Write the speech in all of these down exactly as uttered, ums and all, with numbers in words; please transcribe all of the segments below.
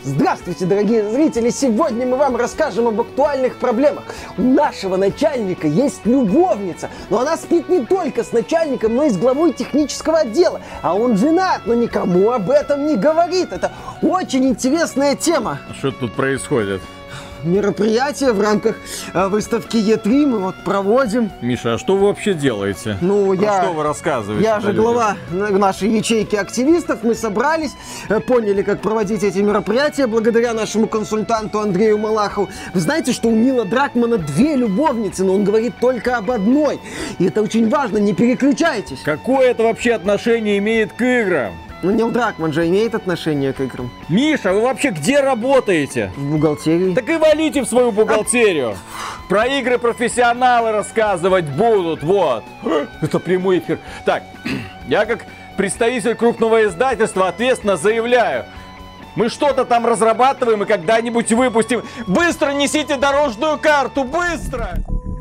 Здравствуйте, дорогие зрители! Сегодня мы вам расскажем об актуальных проблемах. У нашего начальника есть любовница, но она спит не только с начальником, но и с главой технического отдела. А он женат, но никому об этом не говорит. Это очень интересная тема. Что тут происходит? Мероприятие в рамках э, выставки Е три мы вот проводим. Миша, а что вы вообще делаете? Ну, Про я, что вы рассказываете? Я же глава нашей ячейки активистов. Мы собрались, э, поняли, как проводить эти мероприятия благодаря нашему консультанту Андрею Малахову. Вы знаете, что у Нила Дракмана две любовницы, но он говорит только об одной. И это очень важно, не переключайтесь. Какое это вообще отношение имеет к играм? Ну, Нил Дракман же имеет отношение к играм. Миша, вы вообще где работаете? В бухгалтерии. Так и валите в свою бухгалтерию. Про игры профессионалы рассказывать будут, вот. Это прямой эфир. Так, я как представитель крупного издательства ответственно заявляю. Мы что-то там разрабатываем и когда-нибудь выпустим. Быстро несите дорожную карту, быстро!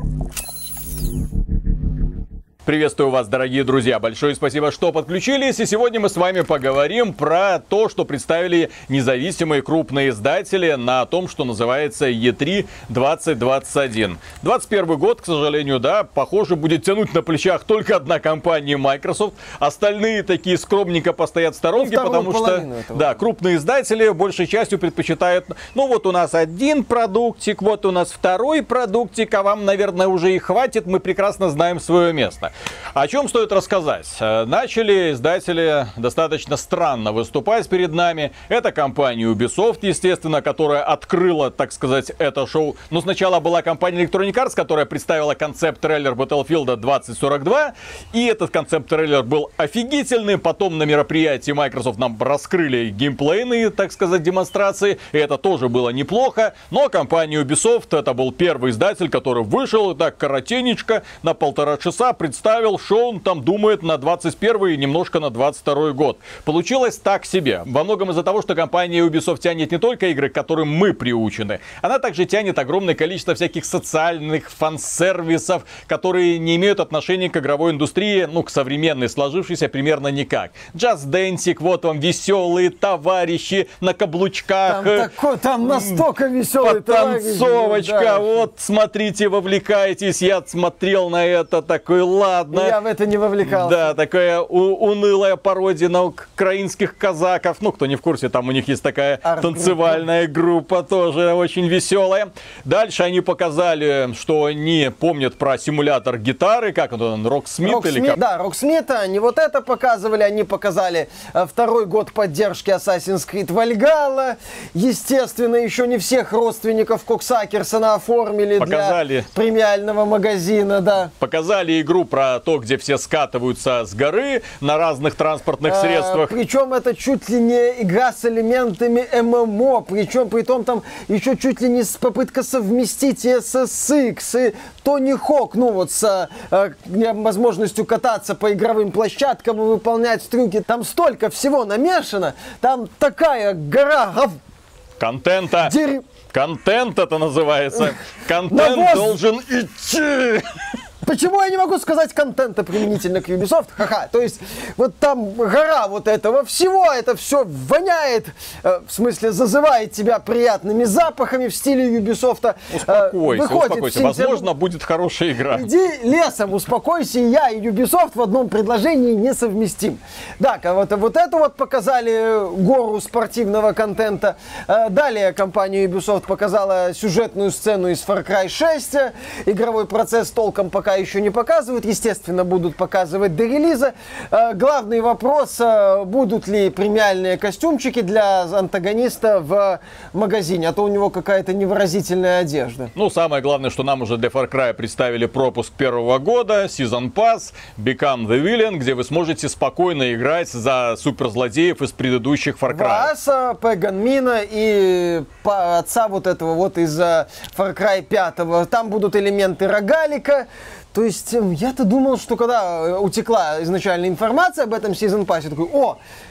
Приветствую вас, дорогие друзья. Большое спасибо, что подключились. И сегодня мы с вами поговорим про то, что представили независимые крупные издатели на том, что называется Е три двадцать двадцать один. двадцать первый год, к сожалению, да, похоже, будет тянуть на плечах только одна компания Microsoft. Остальные такие скромненько постоят в сторонке, ну, потому что этого. Да, крупные издатели большей частью предпочитают, ну вот у нас один продуктик, вот у нас второй продуктик, а вам, наверное, уже и хватит, мы прекрасно знаем свое место. О чем стоит рассказать? Начали издатели достаточно странно выступать перед нами. Это компания Ubisoft, естественно, которая открыла, так сказать, это шоу. Но сначала была компания Electronic Arts, которая представила концепт-трейлер Battlefield двадцать сорок два. И этот концепт-трейлер был офигительный. Потом на мероприятии Microsoft нам раскрыли геймплейные, так сказать, демонстрации. И это тоже было неплохо. Но компания Ubisoft, это был первый издатель, который вышел так коротенечко на полтора часа, представил, что он там думает на двадцать первый и немножко на двадцать второй год. Получилось так себе. Во многом из-за того, что компания Ubisoft тянет не только игры, к которым мы приучены. Она также тянет огромное количество всяких социальных фан-сервисов, которые не имеют отношения к игровой индустрии, ну, к современной, сложившейся примерно никак. Just Dancing, вот вам веселые товарищи на каблучках. Там, такой, там настолько веселые товарищи. Подтанцовочка, да. Вот, смотрите, вовлекайтесь. Я смотрел на это, такой, ладно. Я в это не вовлекался. Да, такая у- унылая пародия на украинских казаков. Ну, кто не в курсе, там у них есть такая Арт-группа. Танцевальная группа, тоже очень веселая. Дальше они показали, что они помнят про симулятор гитары, как он, Rocksmith или как? Да, Rocksmith, они вот это показывали, они показали э, второй год поддержки Assassin's Creed Valhalla. Естественно, еще не всех родственников Коксакерсона оформили показали. Для премиального магазина, да. Показали игру про то, где все скатываются с горы на разных транспортных средствах. А, причем это чуть ли не игра с элементами эм эм о, причем при том там еще чуть ли не попытка совместить эс эс икс и Тони Хок, ну вот с а, возможностью кататься по игровым площадкам и выполнять трюки. Там столько всего намешано, там такая гора гов... контента. Дер... Контент это называется. Контент Навоз... должен идти. Почему я не могу сказать контента применительно к Ubisoft? Ха-ха. То есть, вот там гора вот этого всего, это все воняет, э, в смысле, зазывает тебя приятными запахами в стиле Ubisoft. Успокойся, э, успокойся. Сентябрь... Возможно, будет хорошая игра. Иди лесом, успокойся, и я, и Ubisoft в одном предложении несовместим. Так, а вот, вот это вот показали гору спортивного контента. Э, далее компания Ubisoft показала сюжетную сцену из Far Cry шесть. Игровой процесс толком пока еще не показывают. Естественно, будут показывать до релиза. Э, главный вопрос, э, будут ли премиальные костюмчики для антагониста в магазине, а то у него какая-то невыразительная одежда. Ну, самое главное, что нам уже для Far Cry представили пропуск первого года, Season Pass, Become the Villain, где вы сможете спокойно играть за суперзлодеев из предыдущих Far Cry. Вааса, Пеган Мина и отца вот этого вот из Far Cry пять. Там будут элементы рогалика. То есть я-то думал, что когда утекла изначально информация об этом Season Pass, я такой, о,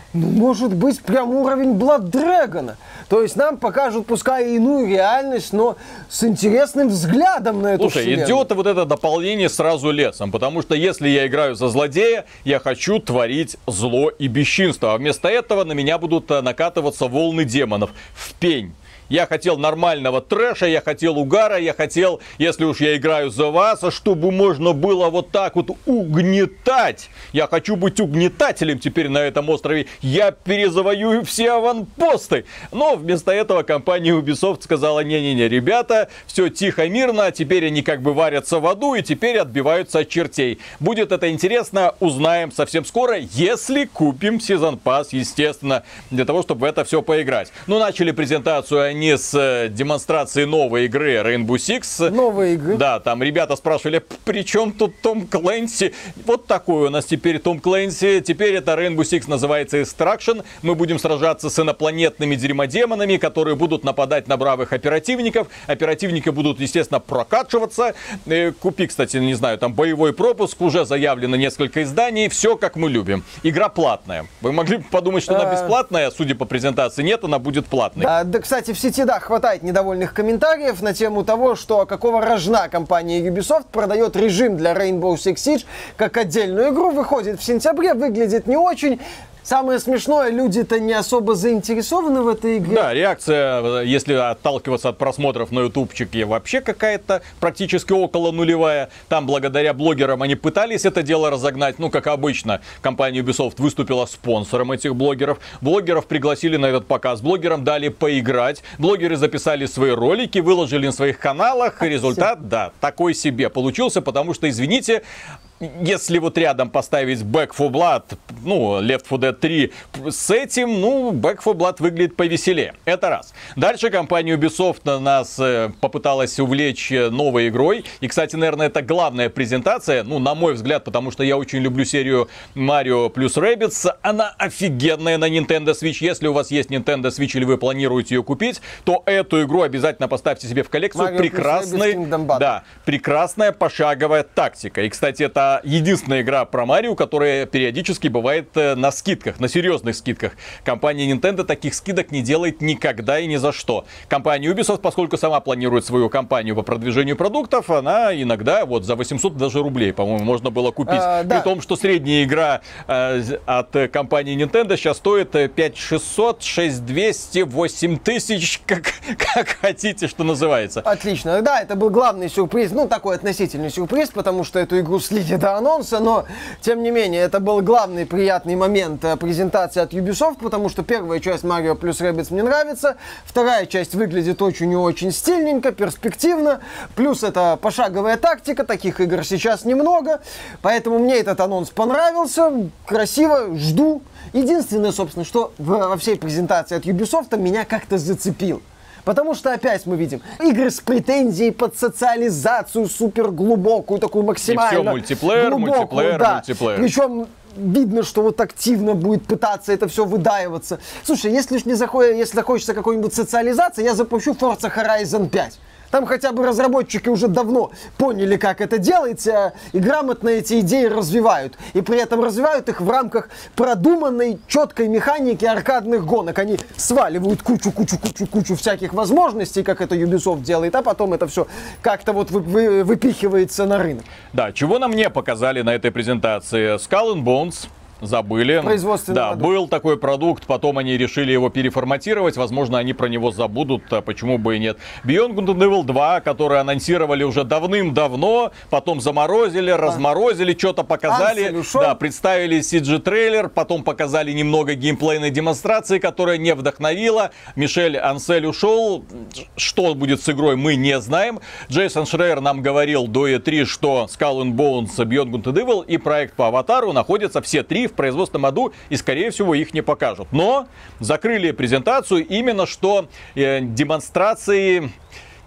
ну, может быть, прям уровень Blood Dragon. То есть нам покажут, пускай иную реальность, но с интересным взглядом на эту Слушай, вселенную. идет вот это дополнение сразу лесом, потому что если я играю за злодея, я хочу творить зло и бесчинство, а вместо этого на меня будут накатываться волны демонов в пень. Я хотел нормального трэша, я хотел угара, я хотел, если уж я играю за вас, чтобы можно было вот так вот угнетать. Я хочу быть угнетателем теперь на этом острове. Я перезавоюю все аванпосты. Но вместо этого компания Ubisoft сказала: не-не-не, ребята, все тихо, мирно, теперь они как бы варятся в аду и теперь отбиваются от чертей. Будет это интересно, узнаем совсем скоро, если купим Season Pass, естественно, для того, чтобы в это все поиграть. Ну, начали презентацию они не с демонстрации новой игры Rainbow Six. Новые игры. Да, там ребята спрашивали, при чем тут Том Клэнси? Вот такой у нас теперь Том Клэнси. Теперь это Rainbow Six называется Extraction. Мы будем сражаться с инопланетными дерьмодемонами, которые будут нападать на бравых оперативников. Оперативники будут, естественно, прокачиваться. Купи, кстати, не знаю, там боевой пропуск. Уже заявлено несколько изданий. Все как мы любим. Игра платная. Вы могли подумать, что она бесплатная. Судя по презентации, нет, она будет платной. Да, да, кстати, в сети, да, хватает недовольных комментариев на тему того, что какого рожна компания Ubisoft продает режим для Rainbow Six Siege как отдельную игру, выходит в сентябре, выглядит не очень. Самое смешное, люди-то не особо заинтересованы в этой игре. Да, реакция, если отталкиваться от просмотров на ютубчике, вообще какая-то практически около нулевая. Там благодаря блогерам они пытались это дело разогнать. Ну, как обычно, компания Ubisoft выступила спонсором этих блогеров. Блогеров пригласили на этот показ. Блогерам дали поиграть. Блогеры записали свои ролики, выложили на своих каналах. И результат, да, такой себе получился, потому что, извините, если вот рядом поставить Back four Blood, ну, Left four Dead три с этим, ну, Back four Blood выглядит повеселее. Это раз. Дальше компания Ubisoft нас попыталась увлечь новой игрой. И, кстати, наверное, это главная презентация, ну, на мой взгляд, потому что я очень люблю серию Mario плюс Rabbids. Она офигенная на Nintendo Switch. Если у вас есть Nintendo Switch или вы планируете ее купить, то эту игру обязательно поставьте себе в коллекцию. Mario Прекрасный, да, прекрасная пошаговая тактика. И, кстати, это единственная игра про Марио, которая периодически бывает на скидках, на серьезных скидках. Компания Nintendo таких скидок не делает никогда и ни за что. Компания Ubisoft, поскольку сама планирует свою кампанию по продвижению продуктов, она иногда вот за восемьсот даже рублей, по-моему, можно было купить. А, да. При том, что средняя игра э, от компании Nintendo сейчас стоит пять шестьсот, шесть двести, восемь тысяч, как, как хотите, что называется. Отлично. Да, это был главный сюрприз, ну такой относительный сюрприз, потому что эту игру слили до анонса, но тем не менее это был главный приятный момент презентации от Ubisoft, потому что первая часть Mario плюс Rabbids мне нравится, вторая часть выглядит очень и очень стильненько, перспективно, плюс это пошаговая тактика, таких игр сейчас немного, поэтому мне этот анонс понравился, красиво, жду. Единственное, собственно, что во всей презентации от Ubisoft меня как-то зацепил. Потому что опять мы видим игры с претензией под социализацию супер глубокую, такую максимально и все мультиплеер, глубокую, мультиплеер, да. мультиплеер. Причем видно, что вот активно будет пытаться это все выдаиваться. Слушай, если ж не захочется, если захочется какой-нибудь социализации, я запущу Forza Horizon пять. Там хотя бы разработчики уже давно поняли, как это делается, и грамотно эти идеи развивают. И при этом развивают их в рамках продуманной, четкой механики аркадных гонок. Они сваливают кучу-кучу-кучу-кучу всяких возможностей, как это Ubisoft делает, а потом это все как-то вот вы, вы, выпихивается на рынок. Да, чего нам не показали на этой презентации? Skull and Bones. Забыли. Да, был такой продукт, потом они решили его переформатировать, возможно, они про него забудут, а почему бы и нет. Beyond Good and Evil два, который анонсировали уже давным-давно, потом заморозили, разморозили, что-то показали, да, представили си джи-трейлер, потом показали немного геймплейной демонстрации, которая не вдохновила. Мишель Ансель ушел, что будет с игрой, мы не знаем. Джейсон Шрейер нам говорил до и три, что Skull and Bones, Beyond Good and Evil и проект по Аватару находятся все три в производственном аду, и, скорее всего, их не покажут. Но закрыли презентацию именно что э, демонстрации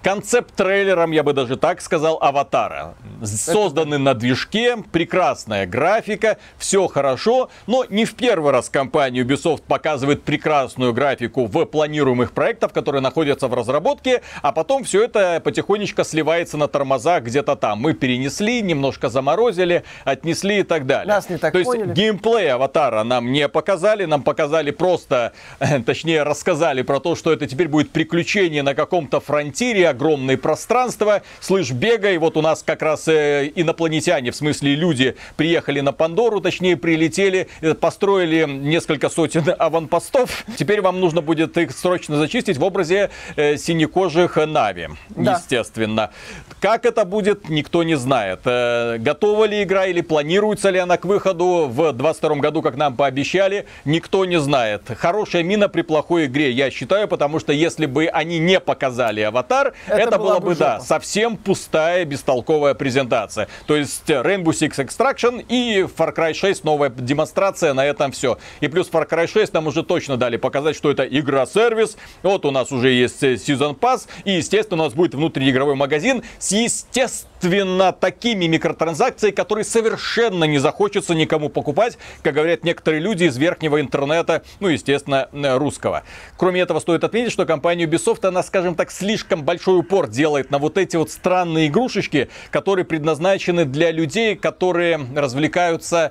концепт-трейлером, я бы даже так сказал, Аватара. Созданы на движке, прекрасная графика, все хорошо, но не в первый раз компания Ubisoft показывает прекрасную графику в планируемых проектах, которые находятся в разработке, а потом все это потихонечку сливается на тормозах где-то там. Мы перенесли, немножко заморозили, отнесли и так далее. Нас не так То поняли. есть геймплей Аватара нам не показали, нам показали просто, точнее рассказали про то, что это теперь будет приключение на каком-то фронтире, огромное пространство, слышь, бегай, вот у нас как раз э, инопланетяне, в смысле люди, приехали на Пандору, точнее прилетели, э, построили несколько сотен аванпостов, теперь вам нужно будет их срочно зачистить в образе э, синекожих Нави, да. естественно. Как это будет, никто не знает. Э, готова ли игра или планируется ли она к выходу в двадцать втором году, как нам пообещали, никто не знает. Хорошая мина при плохой игре, я считаю, потому что если бы они не показали Аватар, это, это была бы, да, совсем пустая, бестолковая презентация. То есть Rainbow Six Extraction и Far Cry шесть, новая демонстрация, на этом все. И плюс Far Cry шесть нам уже точно дали показать, что это игра-сервис. Вот у нас уже есть Season Pass, и, естественно, у нас будет внутренний игровой магазин с, естественно, такими микротранзакциями, которые совершенно не захочется никому покупать, как говорят некоторые люди из верхнего интернета, ну, естественно, русского. Кроме этого, стоит отметить, что компания Ubisoft, она, скажем так, слишком большой упор делает на вот эти вот странные игрушечки, которые предназначены для людей, которые развлекаются,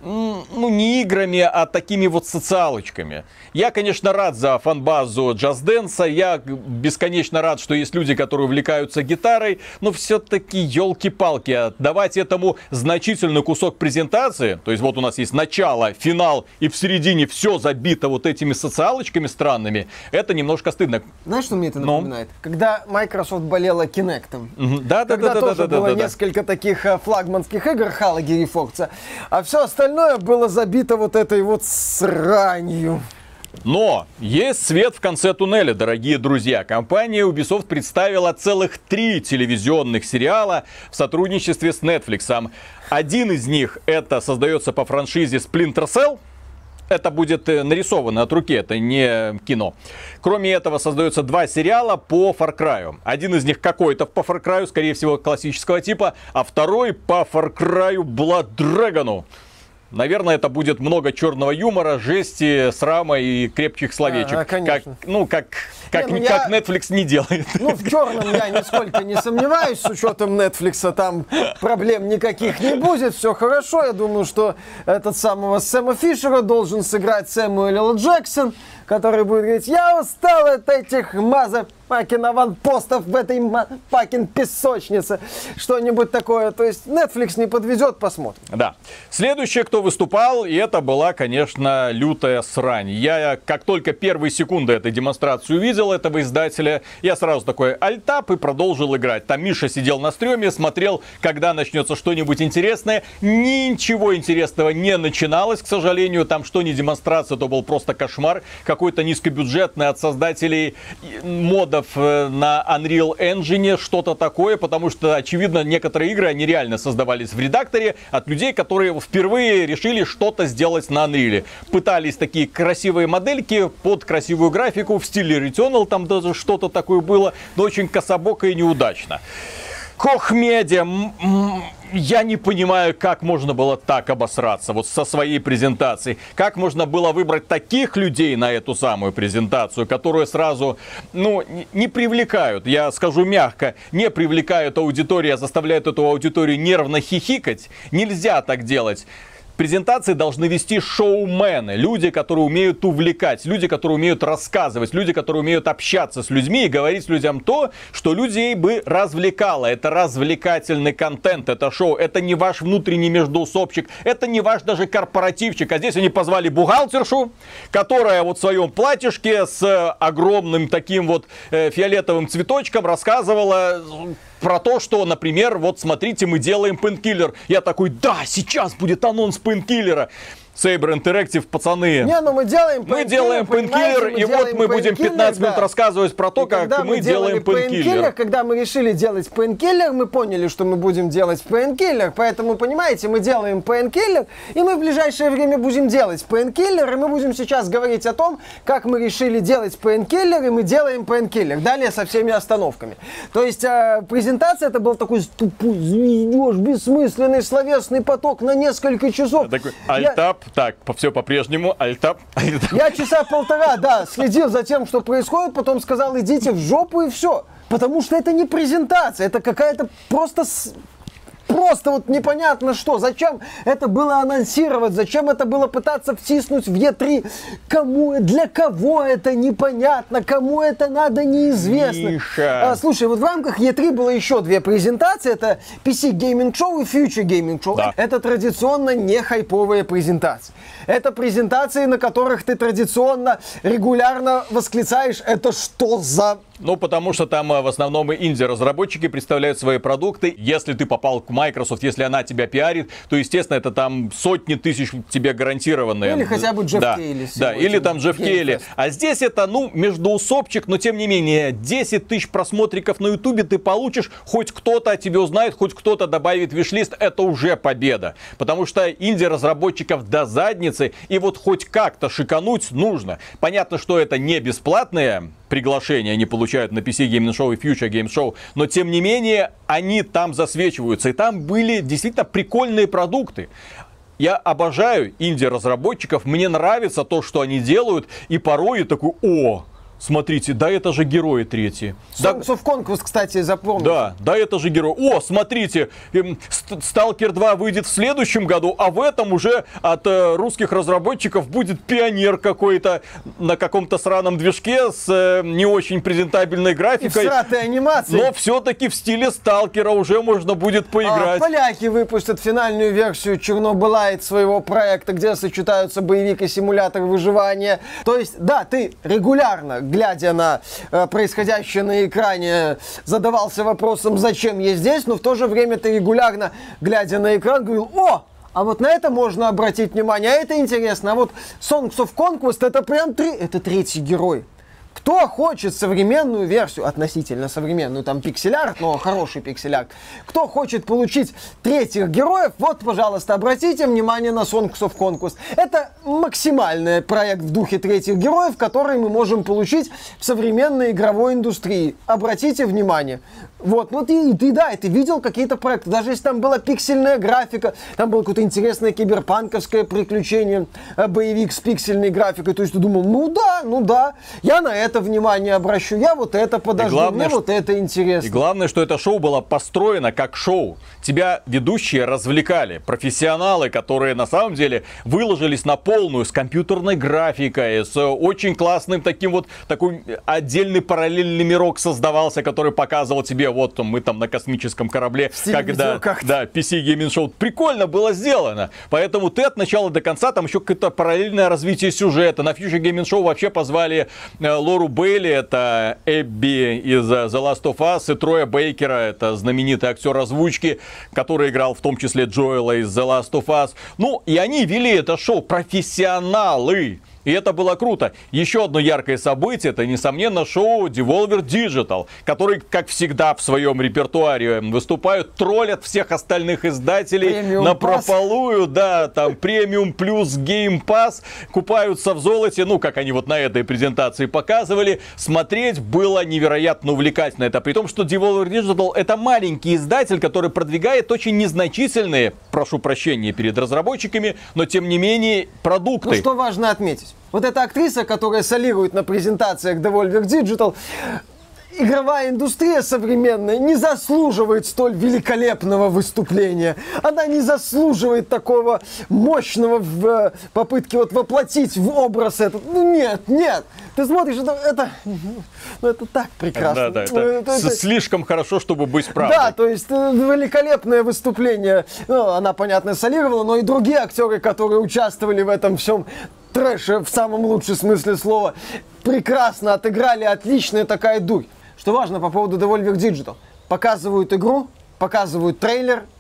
ну, не играми, а такими вот социалочками. Я, конечно, рад за фан-базу Just Dance, я бесконечно рад, что есть люди, которые увлекаются гитарой, но все-таки, елки-палки, давать этому значительный кусок презентации, то есть вот у нас есть начало, финал, и в середине все забито вот этими социалочками странными, это немножко стыдно. Знаешь, что мне это напоминает? Но... Когда Microsoft болела Kinect'ом. Угу. Да, да, когда да, тоже да, да, было да, да, несколько да. таких флагманских игр Halo, Gears и Forza, а все остальное было забито вот этой вот сранью. Но есть свет в конце туннеля, дорогие друзья. Компания Ubisoft представила целых три телевизионных сериала в сотрудничестве с Netflix. Один из них это создается по франшизе Splinter Cell. Это будет нарисовано от руки, это не кино. Кроме этого, создается два сериала по Far Cry. Один из них какой-то по Far Cry, скорее всего, классического типа, а второй по Far Cry Blood Dragon. Наверное, это будет много черного юмора, жести, срама и крепких словечек. А, конечно. Как, ну, как, как, не, ну как я... Netflix не делает. Ну, в черном я нисколько не сомневаюсь, с учетом Netflix, там проблем никаких не будет, все хорошо. Я думаю, что этот самого Сэма Фишера должен сыграть Сэмюэл Л. Джексон, который будет говорить: я устал от этих маза-пакин аванпостов в этой пакин песочнице. Что-нибудь такое. То есть Netflix не подведет, посмотрим. Да. Следующее, кто выступал, и это была, конечно, лютая срань. Я, как только первые секунды этой демонстрации увидел этого издателя, я сразу такой альтап и продолжил играть. Там Миша сидел на стреме, смотрел, когда начнется что-нибудь интересное. Ничего интересного не начиналось, к сожалению. Там что ни демонстрация, то был просто кошмар. Какой-то низкобюджетный от создателей модов на Unreal Engine, что-то такое, потому что, очевидно, некоторые игры, они реально создавались в редакторе от людей, которые впервые решили что-то сделать на Unreal. Пытались такие красивые модельки под красивую графику в стиле Returnal, там даже что-то такое было, но очень кособоко и неудачно. Koch Media, я не понимаю, как можно было так обосраться вот со своей презентацией. Как можно было выбрать таких людей на эту самую презентацию, которые сразу, ну, не привлекают, я скажу мягко, не привлекают аудиторию, а заставляют эту аудиторию нервно хихикать. Нельзя так делать. Презентации должны вести шоумены, люди, которые умеют увлекать, люди, которые умеют рассказывать, люди, которые умеют общаться с людьми и говорить людям то, что людей бы развлекало. Это развлекательный контент, это шоу, это не ваш внутренний междоусобчик, это не ваш даже корпоративчик. А здесь они позвали бухгалтершу, которая вот в своем платьишке с огромным таким вот э, фиолетовым цветочком рассказывала про то, что, например, вот смотрите, мы делаем Painkiller. Я такой: да, сейчас будет анонс Painkiller. Saber Interactive, пацаны. Не, ну мы делаем Мы делаем Painkiller, и вот мы будем пятнадцать минут рассказывать про то, как мы делаем Painkiller. Когда мы решили делать Painkiller, мы поняли, что мы будем делать Painkiller, поэтому, понимаете, мы делаем Painkiller, и мы в ближайшее время будем делать Painkiller, и мы будем сейчас говорить о том, как мы решили делать Painkiller, и мы делаем Painkiller. Далее со всеми остановками. То есть э, презентация, это был такой тупой, звездеж, бессмысленный словесный поток на несколько часов. Такой альтап. Так, все по-прежнему, альтап, альтап. Я часа полтора, да, следил за тем, что происходит, потом сказал, идите в жопу и все. Потому что это не презентация, это какая-то просто... Просто вот непонятно что. Зачем это было анонсировать? Зачем это было пытаться втиснуть в и три? Кому, для кого это непонятно? Кому это надо, неизвестно. Миша. А, слушай, вот в рамках и три было еще две презентации. Это пи си Gaming Show и Future Gaming Show. Да. Это традиционно не хайповые презентации. Это презентации, на которых ты традиционно регулярно восклицаешь: это что за... Ну, потому что там в основном инди-разработчики представляют свои продукты. Если ты попал к Microsoft, если она тебя пиарит, то, естественно, это там сотни тысяч тебе гарантированные. Или хотя бы Джефф да, Кейли. Да, или там Джефф Кейли. А здесь это, ну, междоусобчик, но тем не менее, десять тысяч просмотриков на Ютубе ты получишь, хоть кто-то о тебе узнает, хоть кто-то добавит в виш-лист, это уже победа. Потому что инди-разработчиков до задницы, и вот хоть как-то шикануть нужно. Понятно, что это не бесплатные приглашения они получают на пи си Gaming Show и Future Game Show, но тем не менее они там засвечиваются, и там были действительно прикольные продукты. Я обожаю инди-разработчиков, мне нравится то, что они делают, и порой я такой: о, смотрите, да это же герои третьи. Songs of Conquest, кстати, запомнил. Да, да это же герой. О, смотрите, Сталкер два выйдет в следующем году, а в этом уже от э, русских разработчиков будет Пионер какой-то на каком-то сраном движке с э, не очень презентабельной графикой. И всратой анимацией. Но все-таки в стиле Сталкера уже можно будет поиграть. А, поляки выпустят финальную версию Чернобылайт своего проекта, где сочетаются боевик и симулятор выживания. То есть, да, ты регулярно, глядя на э, происходящее на экране, задавался вопросом, зачем я здесь, но в то же время ты регулярно, глядя на экран, говорил: о, а вот на это можно обратить внимание, а это интересно, а вот Songs of Conquest это прям три, это третий герой. Кто хочет современную версию, относительно современную, там пиксель-арт, но хороший пиксель-арт, кто хочет получить третьих героев, вот, пожалуйста, обратите внимание на Songs of Conquest. Это максимальный проект в духе третьих героев, который мы можем получить в современной игровой индустрии. Обратите внимание. Вот, ну ты, ты, да, ты видел какие-то проекты, даже если там была пиксельная графика, там было какое-то интересное киберпанковское приключение, боевик с пиксельной графикой, то есть ты думал, ну да, ну да, я на это внимание обращу, я вот это подожду, главное, мне что, вот это интересно. И главное, что это шоу было построено как шоу. Тебя ведущие развлекали, профессионалы, которые на самом деле выложились на полную, с компьютерной графикой, с очень классным таким вот, такой отдельный параллельный мирок создавался, который показывал тебе, вот мы там на космическом корабле, когда, да, пи си Gaming Show, прикольно было сделано. Поэтому ты от начала до конца, там еще какое-то параллельное развитие сюжета. На Future Gaming Show вообще позвали э, Лору Бейли, это Эбби из The Last of Us, и Троя Бейкера, это знаменитый актер озвучки, который играл в том числе Джоэла из The Last of Us. Ну, и они вели это шоу, профессионалы. И это было круто. Еще одно яркое событие, это, несомненно, шоу Devolver Digital, который, как всегда, в своем репертуаре выступают, троллят всех остальных издателей Premium напропалую, Pass. Да, там премиум плюс Game Pass, купаются в золоте, ну, как они вот на этой презентации показывали. Смотреть было невероятно увлекательно. Это при том, что Devolver Digital это маленький издатель, который продвигает очень незначительные, прошу прощения перед разработчиками, но тем не менее продукты. Ну, что важно отметить. Вот эта актриса, которая солирует на презентациях Devolver Digital, игровая индустрия современная не заслуживает столь великолепного выступления. Она не заслуживает такого мощного в попытке вот воплотить в образ этот. Ну нет, нет. Ты смотришь, это, это, ну, это так прекрасно. Да, да, это, это, это слишком хорошо, чтобы быть правдой. Да, то есть великолепное выступление. Ну, она, понятно, солировала, но и другие актеры, которые участвовали в этом всем трэше, в самом лучшем смысле слова, прекрасно отыграли, отличная такая дурь. Что важно по поводу Devolver Digital. Показывают игру, показывают трейлер,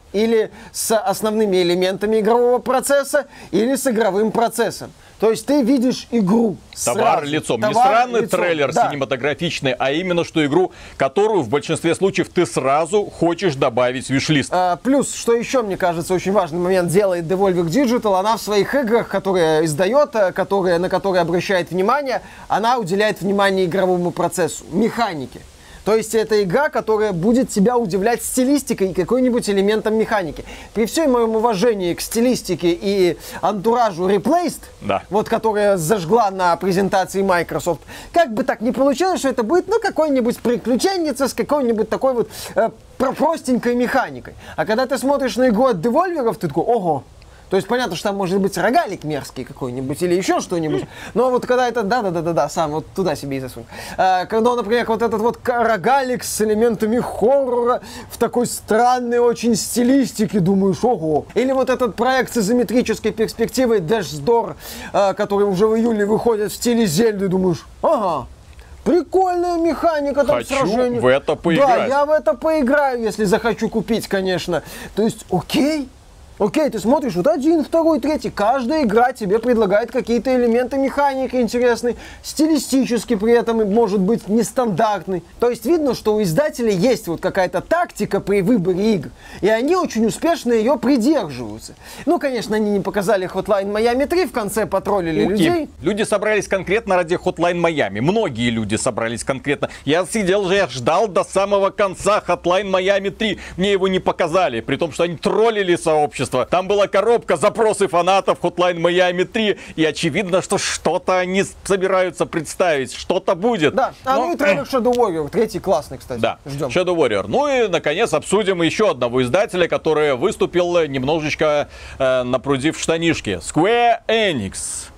или с основными элементами игрового процесса, или с игровым процессом. То есть ты видишь игру Товар сразу. лицом. Товар Не странный лицом. трейлер Да. синематографичный, а именно что игру, которую в большинстве случаев ты сразу хочешь добавить в виш-лист. А, плюс, что еще, мне кажется, очень важный момент делает Devolver Digital, она в своих играх, которые издает, которые, на которые обращает внимание, она уделяет внимание игровому процессу, механике. То есть это игра, которая будет тебя удивлять стилистикой и какой-нибудь элементом механики. При всем моем уважении к стилистике и антуражу Replaced, да. вот которая зажгла на презентации Microsoft, как бы так ни получилось, что это будет, ну, какой-нибудь приключенница с какой-нибудь такой вот э, простенькой механикой. А когда ты смотришь на игру от Devolver'ов, ты такой, ого. То есть понятно, что там может быть рогалик мерзкий какой-нибудь или еще что-нибудь. Но вот когда это, да-да-да-да, сам вот туда себе и засунь. А, когда, например, вот этот вот рогалик с элементами хоррора в такой странной очень стилистике, думаешь, ого. Или вот этот проект с изометрической перспективой Death's Door, а, который уже в июле выходит в стиле Зельды, думаешь, ага. Прикольная механика там Хочу сражения. в это поиграть. Да, я в это поиграю, если захочу купить, конечно. То есть, окей. Окей, ты смотришь, вот один, второй, третий. Каждая игра тебе предлагает какие-то элементы механики интересные, стилистически при этом может быть нестандартный. То есть видно, что у издателей есть вот какая-то тактика при выборе игр, и они очень успешно ее придерживаются. Ну, конечно, они не показали Hotline Miami три, в конце потроллили Уки. людей. Люди собрались конкретно ради Hotline Miami. Многие люди собрались конкретно. Я сидел же, я ждал до самого конца Hotline Miami три. Мне его не показали, при том, что они троллили сообщество. Там была коробка, запросы фанатов Hotline Miami три. И очевидно, что что-то они собираются представить. Что-то будет. Да, а Но... ну и трейлер Shadow Warrior, третий классный, кстати. Да, Ждем. Shadow Warrior. Ну и, наконец, обсудим еще одного издателя, который выступил немножечко э, напрудив штанишки. Square Enix,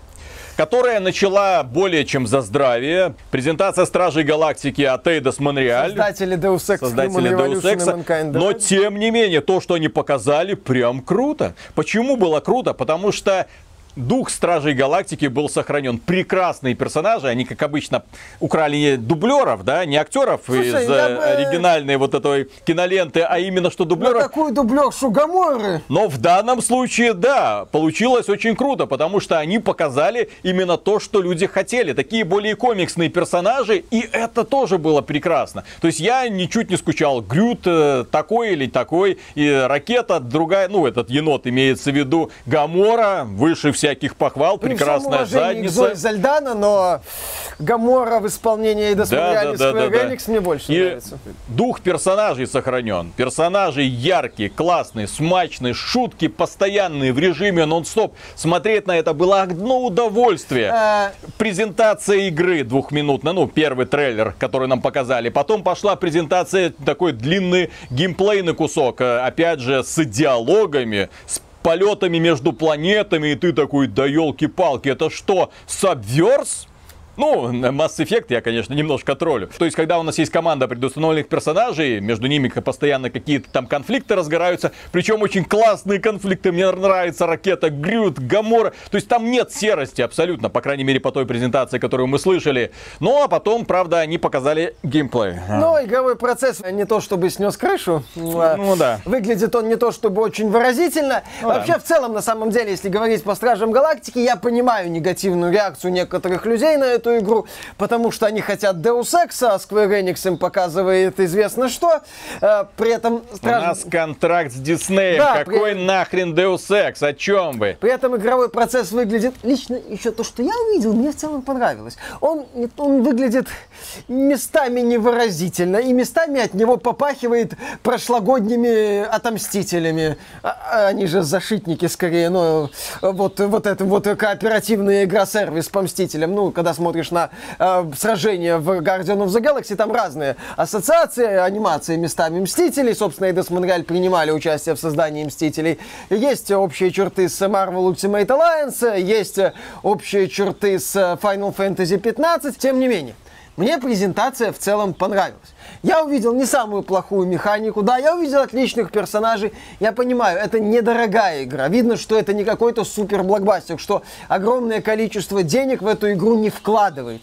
которая начала более чем за здравие. Презентация Стражей Галактики от Eidos Montreal. Создатели Deus Ex, Создатели Human Deus Revolution Ex. и Mankind Но, Divided. тем не менее, то, что они показали, прям круто. Почему было круто? Потому что дух Стражей Галактики был сохранен. Прекрасные персонажи. Они, как обычно, украли дублеров, да, не актеров Слушай, из я э, бы- оригинальной вот этой киноленты, а именно что На дублеров. такую дублершу Гаморры. Но в данном случае, да, получилось очень круто, потому что они показали именно то, что люди хотели. Такие более комиксные персонажи, и это тоже было прекрасно. То есть я ничуть не скучал. Грют э, такой или такой, и Ракета другая, ну этот енот имеется в виду, Гамора, выше всяких похвал, прекрасная При всем уважении к задница. Зои Зальдана, но Гамора в исполнении Eidos Да, Montreal и да, да, Square да, Enix мне больше И нравится. дух персонажей сохранен. Персонажи яркие, классные, смачные, шутки постоянные в режиме нон-стоп. Смотреть на это было одно удовольствие. Э, Презентация игры двухминутная, ну, первый трейлер, который нам показали. Потом пошла презентация, такой длинный геймплейный кусок. э, Опять же, с диалогами, с полетами между планетами. И ты такой, да елки-палки, это что, Subverse? Ну, Mass Effect я, конечно, немножко троллю. То есть, когда у нас есть команда предустановленных персонажей, между ними постоянно какие-то там конфликты разгораются, причем очень классные конфликты, мне нравится Ракета, Грют, Гамора. То есть, там нет серости абсолютно, по крайней мере, по той презентации, которую мы слышали. Ну, а потом, правда, они показали геймплей. Но игровой процесс не то чтобы снес крышу. Ну да. Выглядит он не то чтобы очень выразительно. Ну, Вообще, да. в целом, на самом деле, если говорить по Стражам Галактики, я понимаю негативную реакцию некоторых людей на эту игру, потому что они хотят Deus Ex, а Square Enix им показывает известно что. Э, При этом У Страж... нас контракт с Диснеем. Да, Какой при- нахрен Deus Ex? О чем вы? При этом игровой процесс выглядит... Лично еще то, что я увидел, мне в целом понравилось. Он, он выглядит местами невыразительно, и местами от него попахивает прошлогодними отомстителями. А- а Они же защитники скорее, но вот, вот это вот кооперативная игра-сервис по Мстителям. Ну, когда смотришь на э, сражения в Guardian of the Galaxy, там разные ассоциации, анимации местами Мстителей. Собственно, Eidos Montreal принимали участие в создании Мстителей. Есть общие черты с Marvel Ultimate Alliance, есть общие черты с Final Fantasy пятнадцать. Тем не менее, мне презентация в целом понравилась. Я увидел не самую плохую механику, да, я увидел отличных персонажей. Я понимаю, это недорогая игра. Видно, что это не какой-то супер блокбастер, что огромное количество денег в эту игру не вкладывается.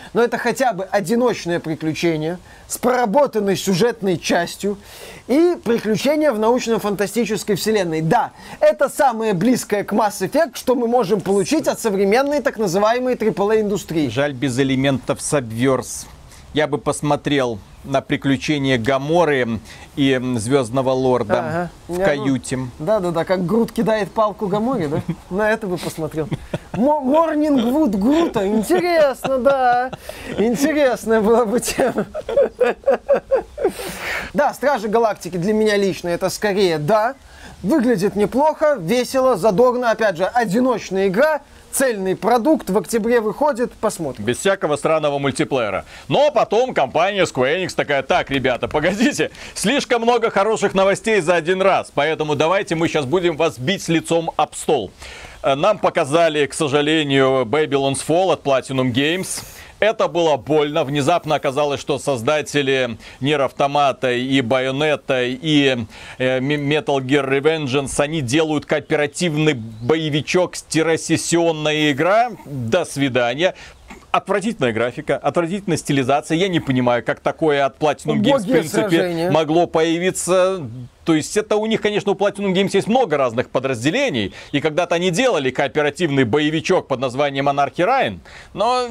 но это хотя бы одиночное приключение с проработанной сюжетной частью и приключения в научно-фантастической вселенной. Да, это самое близкое к Mass Effect, что мы можем получить от современной так называемой трипл эй-индустрии. Жаль, без элементов Subverse. Я бы посмотрел на приключения Гаморы и Звездного Лорда Ага. в Я, каюте. ну, Да-да-да, как Грут кидает палку Гаморе, да? На это бы посмотрел. Морнинг Вуд Грута. Интересно, да. Интересная была бы тема. Да, Стражи Галактики для меня лично это скорее да. Выглядит неплохо, весело, задорно. Опять же, одиночная игра. Цельный продукт в октябре выходит, посмотрим. Без всякого странного мультиплеера. Но потом компания Square Enix такая: так, ребята, погодите, слишком много хороших новостей за один раз, поэтому давайте мы сейчас будем вас бить с лицом об стол. Нам показали, к сожалению, Babylon's Fall от Platinum Games. Это было больно. Внезапно оказалось, что создатели Nier Automata и Bayonetta и э, Metal Gear Revengeance, они делают кооперативный боевичок, стиросессионная игра. До свидания. Отвратительная графика, отвратительная стилизация. Я не понимаю, как такое от Platinum Games, в принципе, сражения. могло появиться. То есть это у них, конечно, у Platinum Games есть много разных подразделений. И когда-то они делали кооперативный боевичок под названием Anarchy Reign. Но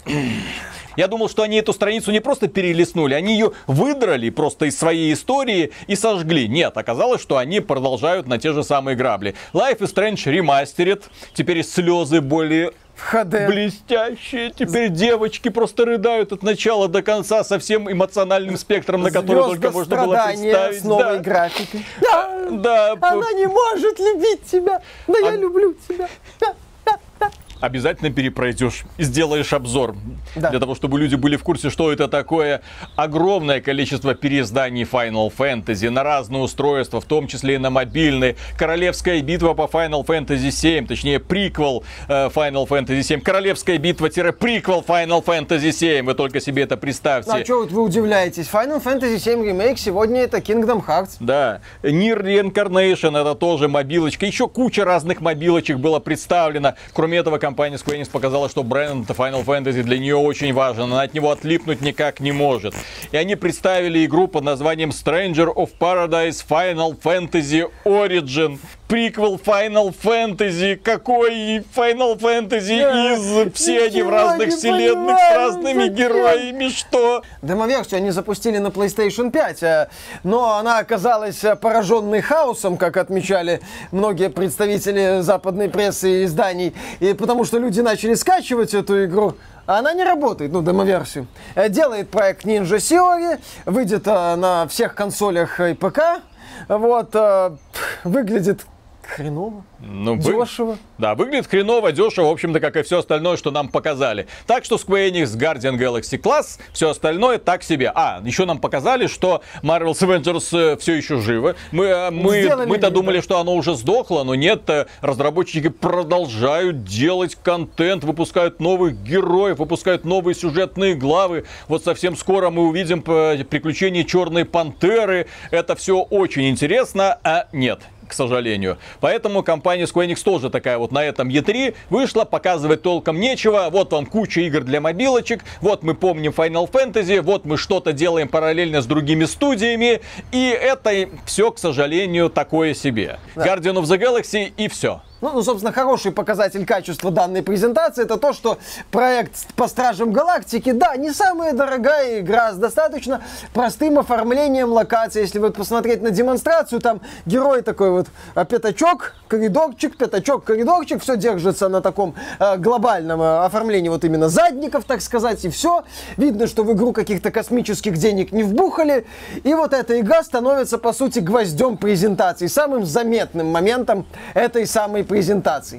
я думал, что они эту страницу не просто перелистнули, они ее выдрали просто из своей истории и сожгли. Нет, оказалось, что они продолжают на те же самые грабли. Life is Strange Remastered. Теперь слезы более... ХД. Блестящие. Теперь девочки просто рыдают от начала до конца со всем эмоциональным спектром, на который только можно было представить. С новой да. графикой. Да. Да. Она не может любить тебя, но А... я люблю тебя. Да. Обязательно перепройдешь и сделаешь обзор. Да. Для того, чтобы люди были в курсе, что это такое. Огромное количество переизданий Final Fantasy на разные устройства, в том числе и на мобильные. Королевская битва по Final Fantasy семь, точнее приквел э, Final Fantasy семь. Королевская битва-приквел Final Fantasy семь. Вы только себе это представьте. А что вот вы удивляетесь? Final Fantasy семь ремейк сегодня это Kingdom Hearts. Да. Nier Reincarnation это тоже мобилочка. Еще куча разных мобилочек было представлено. Кроме этого, компания Square Enix показала, что бренд Final Fantasy для нее очень важен. Она от него отлипнуть никак не может. И они представили игру под названием Stranger of Paradise Final Fantasy Origin. Приквел Final Fantasy. Какой Final Fantasy Да. из? Все они в разных не вселенных понимаю, с разными зачем? героями. Что? Демоверсию они запустили на PlayStation пять, э, но она оказалась э, пораженной хаосом, как отмечали многие представители западной прессы и изданий, и потому что люди начали скачивать эту игру. А она не работает, ну, демоверсию. Э, Делает проект Ninja Theory, выйдет э, на всех консолях и ПК. Вот, э, выглядит хреново, Ну, вы- дешево. Да, выглядит хреново, дешево, в общем-то, как и все остальное, что нам показали. Так что Square Enix, Guardian Galaxy Class, все остальное так себе. А, еще нам показали, что Marvel's Avengers все еще живы. Мы, э, мы, Сделали мы-то ли, думали, да. что оно уже сдохло, но нет, э, разработчики продолжают делать контент, выпускают новых героев, выпускают новые сюжетные главы. Вот совсем скоро мы увидим э, приключения Черной Пантеры. Это все очень интересно, а нет. К сожалению. Поэтому компания Square Enix тоже такая вот на этом и три вышла, показывать толком нечего. Вот вам куча игр для мобилочек. Вот мы помним Final Fantasy. Вот мы что-то делаем параллельно с другими студиями. И это все, к сожалению, такое себе. Да. Guardian of the Galaxy и все. Ну, ну, собственно, хороший показатель качества данной презентации это то, что проект по Стражам Галактики, да, не самая дорогая игра, с достаточно простым оформлением локации. Если вот посмотреть на демонстрацию, там герой такой вот а, пятачок, коридорчик, пятачок, коридорчик, все держится на таком э, глобальном э, оформлении вот именно задников, так сказать, и все. Видно, что в игру каких-то космических денег не вбухали, и вот эта игра становится, по сути, гвоздем презентации, самым заметным моментом этой самой презентации.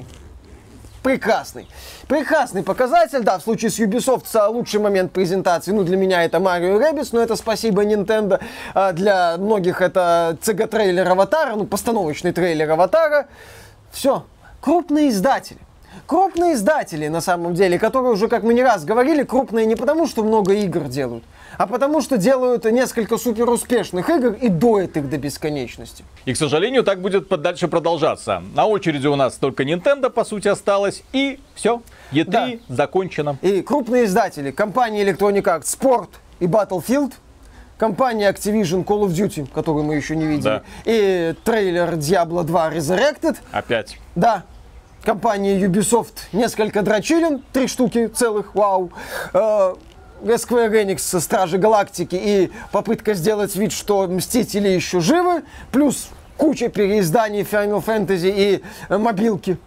Прекрасный. Прекрасный показатель. Да, в случае с Ubisoft лучший момент презентации. Ну, для меня это Mario Rabbids, но это спасибо Nintendo. А для многих это си джи-трейлер Аватара, ну, постановочный трейлер Аватара. Все. Крупные издатели. крупные издатели, на самом деле, которые уже, как мы не раз говорили, крупные не потому, что много игр делают, а потому, что делают несколько суперуспешных игр и доят их до бесконечности. И, к сожалению, так будет дальше продолжаться. На очереди у нас только Nintendo, по сути, осталось, и все. и три да. закончено. И крупные издатели, компания Electronic Arts, Sport и Battlefield, компания Activision Call of Duty, которую мы еще не видели, да. и трейлер Diablo два Resurrected. Опять. Да. Компания Ubisoft несколько дрочилин, три штуки целых, вау. Э, Square Enix Стражи Галактики и попытка сделать вид, что Мстители еще живы, плюс куча переизданий Final Fantasy и э, мобилки.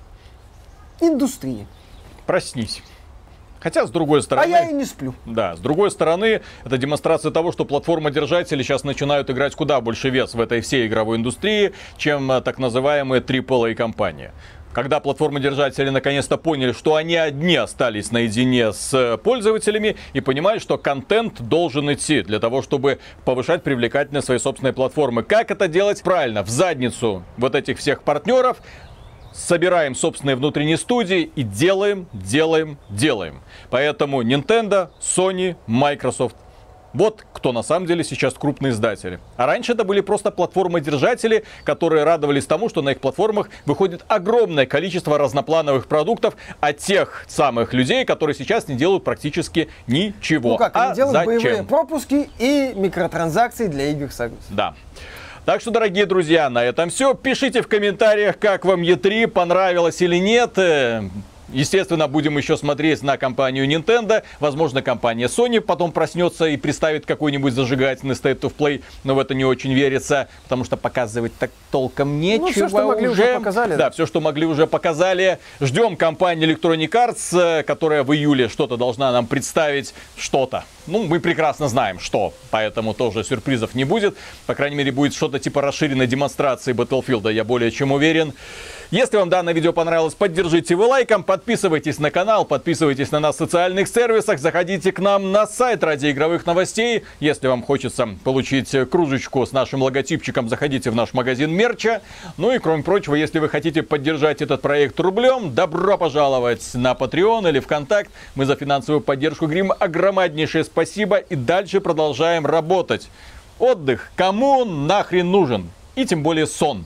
Индустрия. Проснись. Хотя, с другой стороны... А я и не сплю. Да, с другой стороны, это демонстрация того, что платформодержатели сейчас начинают играть куда больше вес в этой всей игровой индустрии, чем так называемые трипл эй компании. Когда платформодержатели наконец-то поняли, что они одни остались наедине с пользователями и понимают, что контент должен идти для того, чтобы повышать привлекательность своей собственной платформы. Как это делать правильно? В задницу вот этих всех партнеров. Собираем собственные внутренние студии и делаем, делаем, делаем. Поэтому Nintendo, Sony, Microsoft. Вот кто на самом деле сейчас крупные издатели. А раньше это были просто платформодержатели, которые радовались тому, что на их платформах выходит огромное количество разноплановых продуктов от тех самых людей, которые сейчас не делают практически ничего. Ну как, а они делают зачем? боевые пропуски и микротранзакции для игр Союз. Да. Так что, дорогие друзья, на этом все. Пишите в комментариях, как вам и три, понравилось или нет. Естественно, будем еще смотреть на компанию Nintendo. Возможно, компания Sony потом проснется и представит какой-нибудь зажигательный State of Play. Но в это не очень верится, потому что показывать так толком нечего. Ну, все, что могли, уже, уже показали. Да, да, все, что могли, уже показали. Ждем компанию Electronic Arts, которая в июле что-то должна нам представить. Что-то. Ну, мы прекрасно знаем, что. Поэтому тоже сюрпризов не будет. По крайней мере, будет что-то типа расширенной демонстрации Battlefield, я более чем уверен. Если вам данное видео понравилось, поддержите его лайком, подписывайтесь на канал, подписывайтесь на нас в социальных сервисах, заходите к нам на сайт ради игровых новостей. Если вам хочется получить кружечку с нашим логотипчиком, заходите в наш магазин мерча. Ну и кроме прочего, если вы хотите поддержать этот проект рублем, добро пожаловать на Patreon или ВКонтакт. Мы за финансовую поддержку говорим огромнейшее спасибо и дальше продолжаем работать. Отдых кому нахрен нужен? И тем более сон.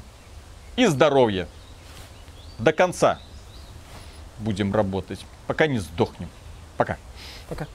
И здоровье. До конца будем работать, пока не сдохнем. Пока. Пока.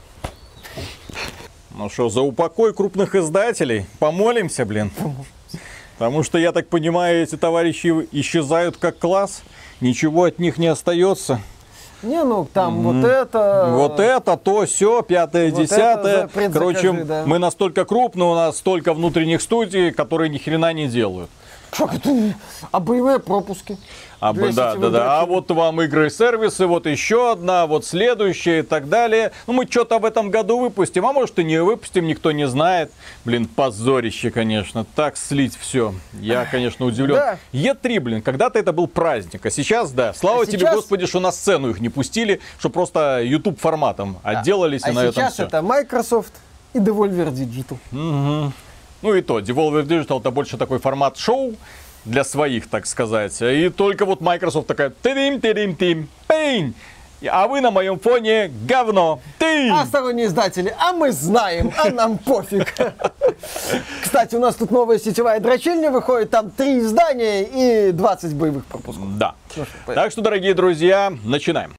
Ну что, за упокой крупных издателей? Помолимся, блин. Потому что, я так понимаю, эти товарищи исчезают как класс. Ничего от них не остается. Не, ну там mm-hmm. вот это... Вот это, то, все, пятое, вот десятое. Короче, да. Мы настолько крупные, у нас столько внутренних студий, которые ни хрена не делают. Как это? А боевые пропуски? А, да, да, да. А вот вам игры и сервисы, вот еще одна, вот следующая и так далее. Ну, мы что-то в этом году выпустим, а может и не выпустим, никто не знает. Блин, позорище, конечно, так слить все. Я, конечно, удивлен. Да. и три, блин, когда-то это был праздник, а сейчас, да, слава а тебе, сейчас... Господи, что на сцену их не пустили, что просто YouTube форматом отделались а и на этом все. А сейчас это Microsoft и Devolver Digital. Угу. Ну и то, Devolver Digital это больше такой формат шоу для своих, так сказать. И только вот Microsoft такая тырим-тырим-тим, пейн. А вы на моем фоне говно. Ты! А сторонние издатели, а мы знаем, а нам пофиг. Кстати, у нас тут новая сетевая дрочильня выходит, там три издания и двадцать боевых пропусков. Да. Так что, дорогие друзья, начинаем.